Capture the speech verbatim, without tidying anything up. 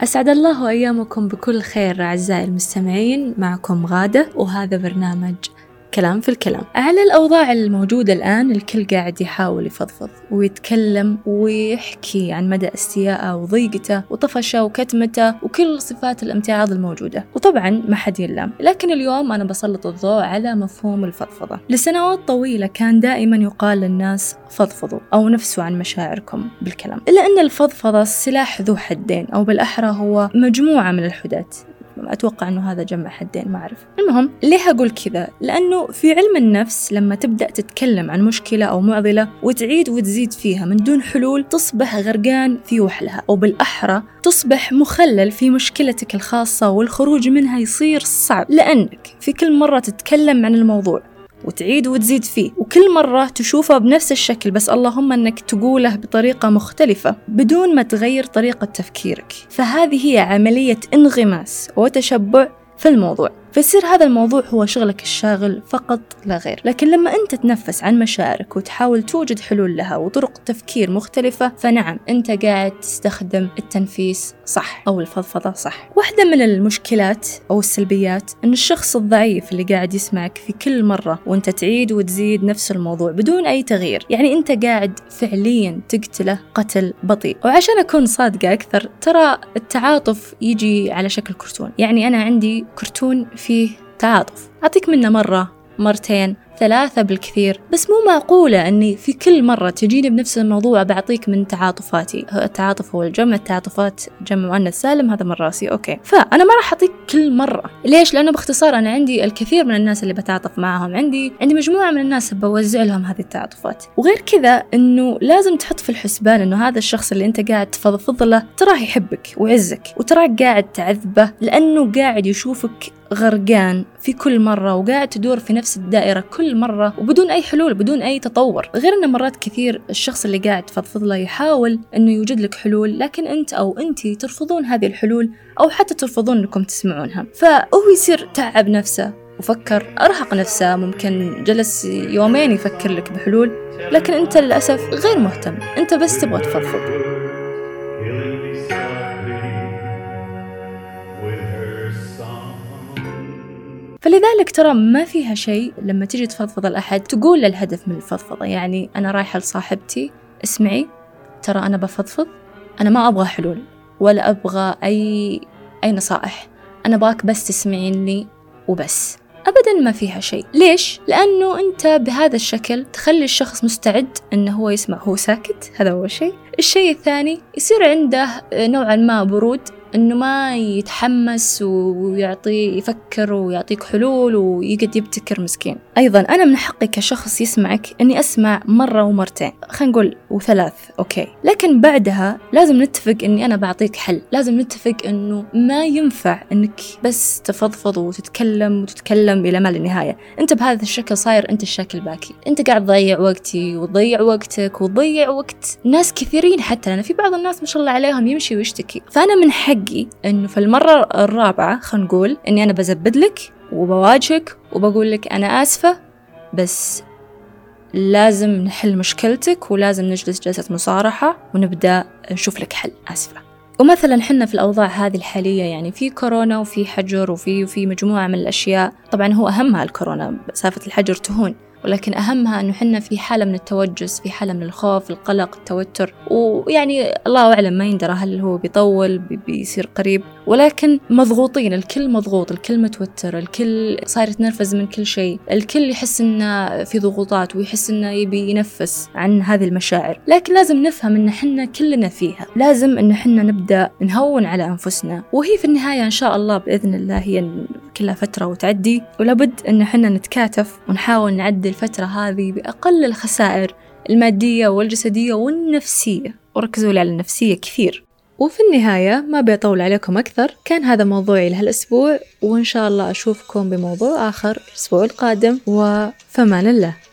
أسعد الله أيامكم بكل خير أعزائي المستمعين، معكم غادة وهذا برنامج كلام في الكلام. على الأوضاع الموجودة الآن الكل قاعد يحاول يفضفض ويتكلم ويحكي عن مدى استياءه وضيقته وطفشه وكتمته وكل صفات الامتعاض الموجودة، وطبعا ما حد يلام. لكن اليوم أنا بسلط الضوء على مفهوم الفضفضة. لسنوات طويلة كان دائما يقال للناس فضفضوا أو نفسوا عن مشاعركم بالكلام، إلا أن الفضفضة سلاح ذو حدين، أو بالأحرى هو مجموعة من الحدات. أتوقع أنه هذا جمع حدين، ما أعرف. المهم ليه أقول كذا؟ لأنه في علم النفس لما تبدأ تتكلم عن مشكلة أو معضلة وتعيد وتزيد فيها من دون حلول، تصبح غرقان في وحلها، أو بالأحرى تصبح مخلل في مشكلتك الخاصة، والخروج منها يصير صعب، لأنك في كل مرة تتكلم عن الموضوع وتعيد وتزيد فيه، وكل مرة تشوفه بنفس الشكل، بس اللهم أنك تقوله بطريقة مختلفة بدون ما تغير طريقة تفكيرك. فهذه هي عملية انغماس وتشبع في الموضوع، فيصير هذا الموضوع هو شغلك الشاغل فقط لا غير. لكن لما أنت تنفس عن مشاعرك وتحاول توجد حلول لها وطرق تفكير مختلفة، فنعم أنت قاعد تستخدم التنفيس صح أو الفضفضة صح. واحدة من المشكلات أو السلبيات أن الشخص الضعيف اللي قاعد يسمعك في كل مرة وأنت تعيد وتزيد نفس الموضوع بدون أي تغيير، يعني أنت قاعد فعليا تقتله قتل بطيء. وعشان أكون صادقة أكثر، ترى التعاطف يجي على شكل كرتون. يعني أنا عندي كرتون فيه تعاطف، أعطيك منه مرة مرتين ثلاثة بالكثير، بس مو معقولة أني في كل مرة تجيني بنفس الموضوع بعطيك من تعاطفاتي. التعاطف هو الجمع، التعاطفات جمع مؤنث سالم، هذا من راسي أوكي. فأنا ما راح أعطيك كل مرة. ليش؟ لأنه باختصار أنا عندي الكثير من الناس اللي بتعاطف معهم، عندي عندي مجموعة من الناس بوزع لهم هذه التعاطفات. وغير كذا أنه لازم تحط في الحسبان أنه هذا الشخص اللي أنت قاعد تفضفض له تراه يحبك ويعزك، وتراك قاعد تعذبه لأنه قاعد يشوفك غرقان في كل مرة وقاعد تدور في نفس الدائرة كل مرة وبدون أي حلول، بدون أي تطور. غير أن مرات كثير الشخص اللي قاعد تفضفض له يحاول أنه يوجد لك حلول، لكن أنت أو أنتي ترفضون هذه الحلول، أو حتى ترفضون أنكم تسمعونها. فهو يصير تعب نفسه وفكر، أرهق نفسه، ممكن جلس يومين يفكر لك بحلول، لكن أنت للأسف غير مهتم، أنت بس تبغى تفضفض. فلذلك ترى ما فيها شيء لما تيجي تفضفض الأحد تقول له الهدف من الفضفضة. يعني أنا رايحة لصاحبتي، اسمعي ترى أنا بفضفض، أنا ما أبغى حلول ولا أبغى أي أي نصائح، أنا باك بس تسمعيني وبس. أبداً ما فيها شيء. ليش؟ لأنه أنت بهذا الشكل تخلي الشخص مستعد أنه هو يسمع هو ساكت، هذا أول شيء. الشيء الثاني يصير عنده نوعاً ما برود، إنه ما يتحمس ويعطي يفكر ويعطيك حلول ويقعد يبتكر مسكين. أيضاً أنا من حقي كشخص يسمعك إني أسمع مرة ومرتين، خلينا نقول وثلاث، أوكي، لكن بعدها لازم نتفق إني أنا بعطيك حل. لازم نتفق إنه ما ينفع إنك بس تفضفض وتتكلم وتتكلم إلى ما لا نهاية. أنت بهذا الشكل صاير أنت الشكل باكي، أنت قاعد تضيع وقتي وتضيع وقتك وتضيع وقت ناس كثيرين. حتى أنا في بعض الناس ما شاء الله عليهم يمشي ويشتكي. فأنا من حق إنه في المرة الرابعة خلينا نقول إني أنا بزبد لك وبواجهك وبقول لك أنا آسفة، بس لازم نحل مشكلتك ولازم نجلس جلسة مصارحة ونبدأ نشوف لك حل. آسفة. ومثلا حنا في الأوضاع هذه الحالية، يعني في كورونا وفي حجر وفي وفي مجموعة من الأشياء، طبعا هو أهمها الكورونا، سالفة الحجر تهون، ولكن أهمها أنه حنا في حالة من التوجس، في حالة من الخوف، القلق، التوتر. ويعني الله أعلم ما يندرى هل هو بيطول بيصير قريب، ولكن مضغوطين، الكل مضغوط، الكل متوتر، الكل صار يتنرفز من كل شيء، الكل يحس إنه في ضغوطات ويحس إنه يبي ينفس عن هذه المشاعر. لكن لازم نفهم إن حنا كلنا فيها، لازم إن حنا نبدأ نهون على أنفسنا، وهي في النهاية إن شاء الله بإذن الله هي كلها فترة وتعدي، ولابد إن حنا نتكاتف ونحاول نعدي الفترة هذه بأقل الخسائر المادية والجسدية والنفسية، وركزوا لي على النفسية كثير. وفي النهاية ما بيطول عليكم أكثر، كان هذا موضوعي لهالأسبوع، وإن شاء الله أشوفكم بموضوع آخر الأسبوع القادم، وفمان الله.